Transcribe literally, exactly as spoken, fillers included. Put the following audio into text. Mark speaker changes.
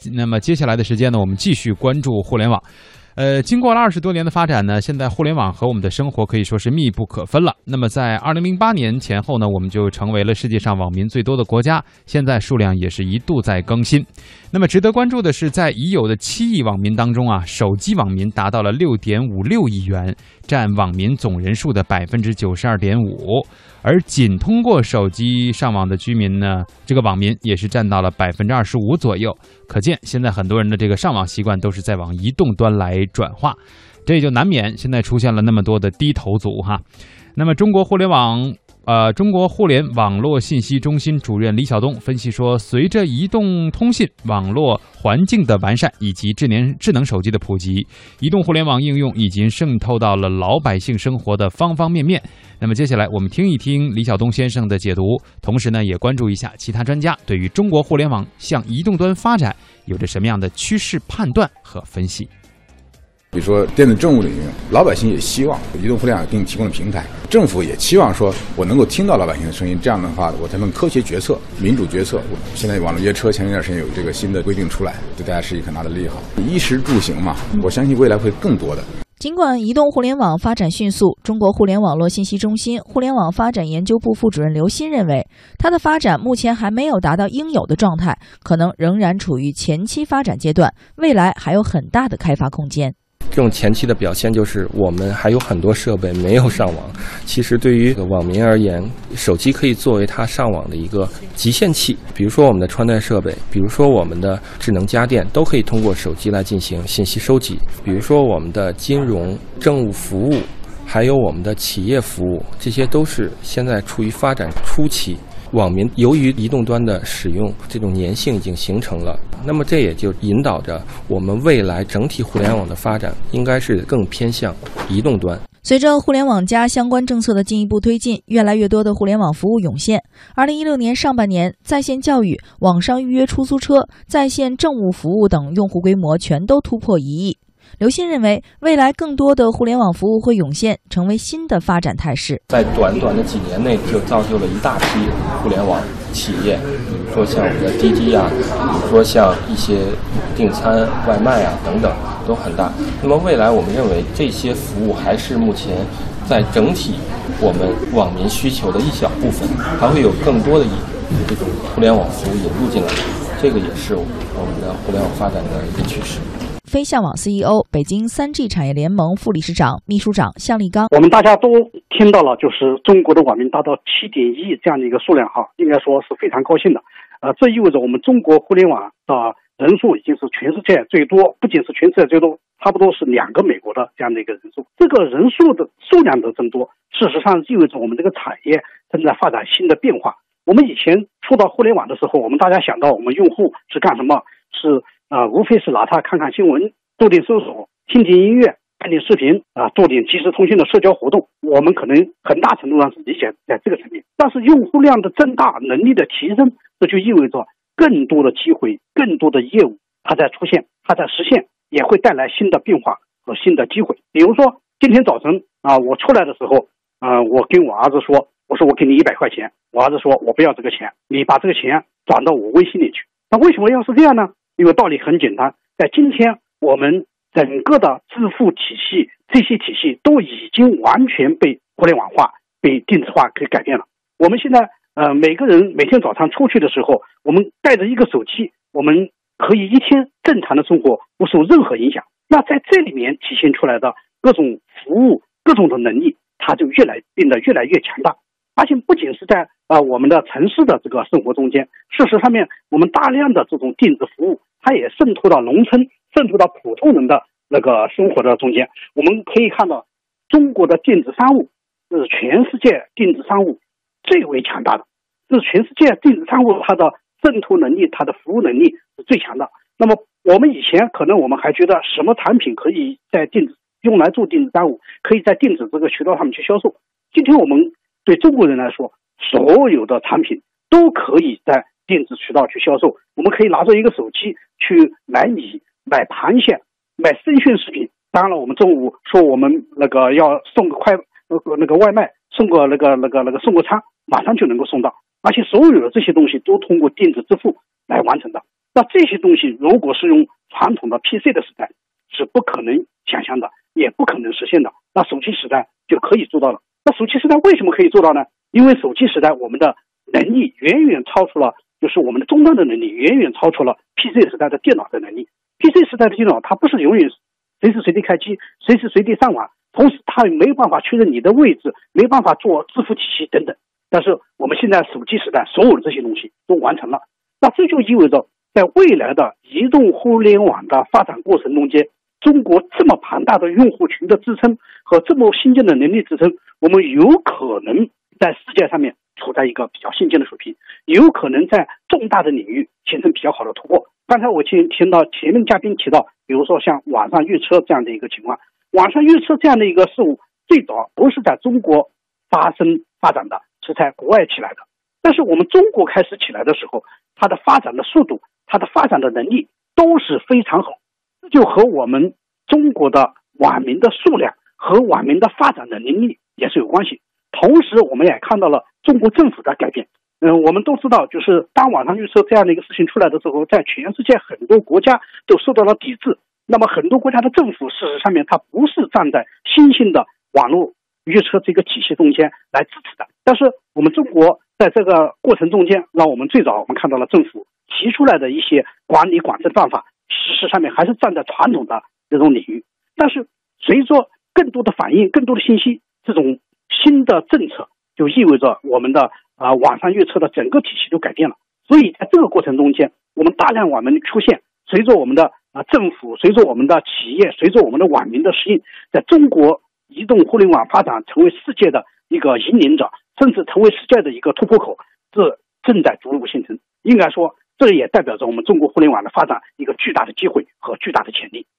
Speaker 1: 那么接下来的时间呢，我们继续关注互联网。呃，经过了二十多年的发展呢，现在互联网和我们的生活可以说是密不可分了。那么在二零零八年前后呢，我们就成为了世界上网民最多的国家，现在数量也是一度在更新。那么值得关注的是，在已有的七亿网民当中啊，手机网民达到了六点五六亿元，占网民总人数的百分之九十二点五。而仅通过手机上网的居民呢，这个网民也是占到了百分之二十五左右。可见现在很多人的这个上网习惯都是在往移动端来转化，这也就难免现在出现了那么多的低头族哈。那么中国互联网呃，中国互联网络信息中心主任李晓东分析说，随着移动通信网络环境的完善以及智能智能手机的普及，移动互联网应用已经渗透到了老百姓生活的方方面面。那么接下来我们听一听李晓东先生的解读，同时呢也关注一下其他专家对于中国互联网向移动端发展有着什么样的趋势判断和分析。
Speaker 2: 比如说电子政务领域，老百姓也希望移动互联网给你提供的平台，政府也期望说我能够听到老百姓的声音，这样的话我才能科学决策、民主决策。现在网络约车前一段时间有这个新的规定出来，对大家是一个很大的利好。衣食住行嘛，我相信未来会更多的。
Speaker 3: 尽管移动互联网发展迅速，中国互联网络信息中心互联网发展研究部副主任刘鑫认为，它的发展目前还没有达到应有的状态，可能仍然处于前期发展阶段，未来还有很大的开发空间。
Speaker 4: 这种前期的表现就是我们还有很多设备没有上网。其实对于网民而言，手机可以作为他上网的一个极限器，比如说我们的穿戴设备，比如说我们的智能家电，都可以通过手机来进行信息收集，比如说我们的金融政务服务，还有我们的企业服务，这些都是现在处于发展初期。网民由于移动端的使用，这种粘性已经形成了，那么这也就引导着我们未来整体互联网的发展应该是更偏向移动端。
Speaker 3: 随着互联网加相关政策的进一步推进，越来越多的互联网服务涌现。二零一六年上半年，在线教育、网上预约出租车、在线政务服务等用户规模全都突破一亿。刘鑫认为，未来更多的互联网服务会涌现，成为新的发展态势。
Speaker 4: 在短短的几年内，就造就了一大批互联网企业，比如说像我们的滴滴啊，比如说像一些订餐、外卖啊等等，都很大。那么未来我们认为，这些服务还是目前在整体我们网民需求的一小部分，还会有更多的这种互联网服务引入进来，这个也是我们的互联网发展的一个趋势。
Speaker 3: 飞象网 C E O、北京 三 G 产业联盟副理事长、秘书长向立刚。
Speaker 5: 我们大家都听到了，就是中国的网民达到七点一亿这样的一个数量哈，应该说是非常高兴的。呃，这意味着我们中国互联网的人数已经是全世界最多，不仅是全世界最多，差不多是两个美国的这样的一个人数。这个人数的数量的增多，事实上意味着我们这个产业正在发展新的变化。我们以前触到互联网的时候，我们大家想到我们用户是干什么？是啊、呃，无非是拿它看看新闻，做点搜索，听听音乐，看点视频啊、呃，做点即时通讯的社交活动。我们可能很大程度上是理解在这个层面，但是用户量的增大，能力的提升，这就意味着更多的机会，更多的业务它在出现，它在实现，也会带来新的变化和新的机会。比如说今天早晨啊、呃，我出来的时候，啊、呃，我跟我儿子说，我说我给你一百块钱，我儿子说我不要这个钱，你把这个钱转到我微信里去。那为什么要是这样呢？因为道理很简单，在今天我们整个的支付体系，这些体系都已经完全被互联网化、被电子化给改变了。我们现在呃，每个人每天早上出去的时候，我们带着一个手机，我们可以一天正常的生活，不受任何影响。那在这里面体现出来的各种服务、各种的能力，它就越来变得越来越强大。而且不仅是在呃我们的城市的这个生活中间，事实上面我们大量的这种电子服务，它也渗透到农村，渗透到普通人的那个生活的中间。我们可以看到，中国的电子商务是全世界电子商务最为强大的，是全世界电子商务它的渗透能力、它的服务能力是最强的。那么我们以前可能我们还觉得什么产品可以在电子用来做电子商务，可以在电子这个渠道上面去销售。今天我们对中国人来说，所有的产品都可以在电子渠道去销售。我们可以拿着一个手机去买米、买螃蟹、买生鲜食品。当然了，我们中午说我们那个要送个快那个那个外卖，送个那个那个那个送个餐，马上就能够送到。而且所有的这些东西都通过电子支付来完成的。 那这些东西如果是用传统的 P C 的时代是不可能想象的，也不可能实现的，那手机时代就可以做到了。那手机时代为什么可以做到呢？因为手机时代我们的能力远远超出了，就是我们的终端的能力远远超出了 P C 时代的电脑的能力。 P C 时代的电脑它不是永远随时随地开机，随时随地上网，同时它也没有办法确认你的位置，没办法做支付体系等等。但是我们现在手机时代所有的这些东西都完成了，那这就意味着在未来的移动互联网的发展过程中间，中国这么庞大的用户群的支撑和这么新建的能力支撑，我们有可能在世界上面处在一个比较先进的水平，有可能在重大的领域形成比较好的突破。刚才我听听到前面嘉宾提到，比如说像网上预测这样的一个情况，网上预测这样的一个事物最早不是在中国发生发展的，是在国外起来的。但是我们中国开始起来的时候，它的发展的速度，它的发展的能力都是非常好，这就和我们中国的网民的数量和网民的发展的能力也是有关系。同时我们也看到了中国政府的改变。嗯，我们都知道，就是当网上预测这样的一个事情出来的时候，在全世界很多国家都受到了抵制。那么很多国家的政府事实上面它不是站在新兴的网络预测这个体系中间来支持的。但是我们中国在这个过程中间，让我们最早我们看到了政府提出来的一些管理管制办法，事实上面还是站在传统的这种领域。但是随着更多的反应，更多的信息，这种新的政策就意味着我们的啊、呃、网上预测的整个体系都改变了。所以在这个过程中间，我们大量网民出现，随着我们的啊、呃、政府，随着我们的企业，随着我们的网民的适应，在中国移动互联网发展成为世界的一个引领者，甚至成为世界的一个突破口，这正在逐步形成。应该说，这也代表着我们中国互联网的发展一个巨大的机会和巨大的潜力。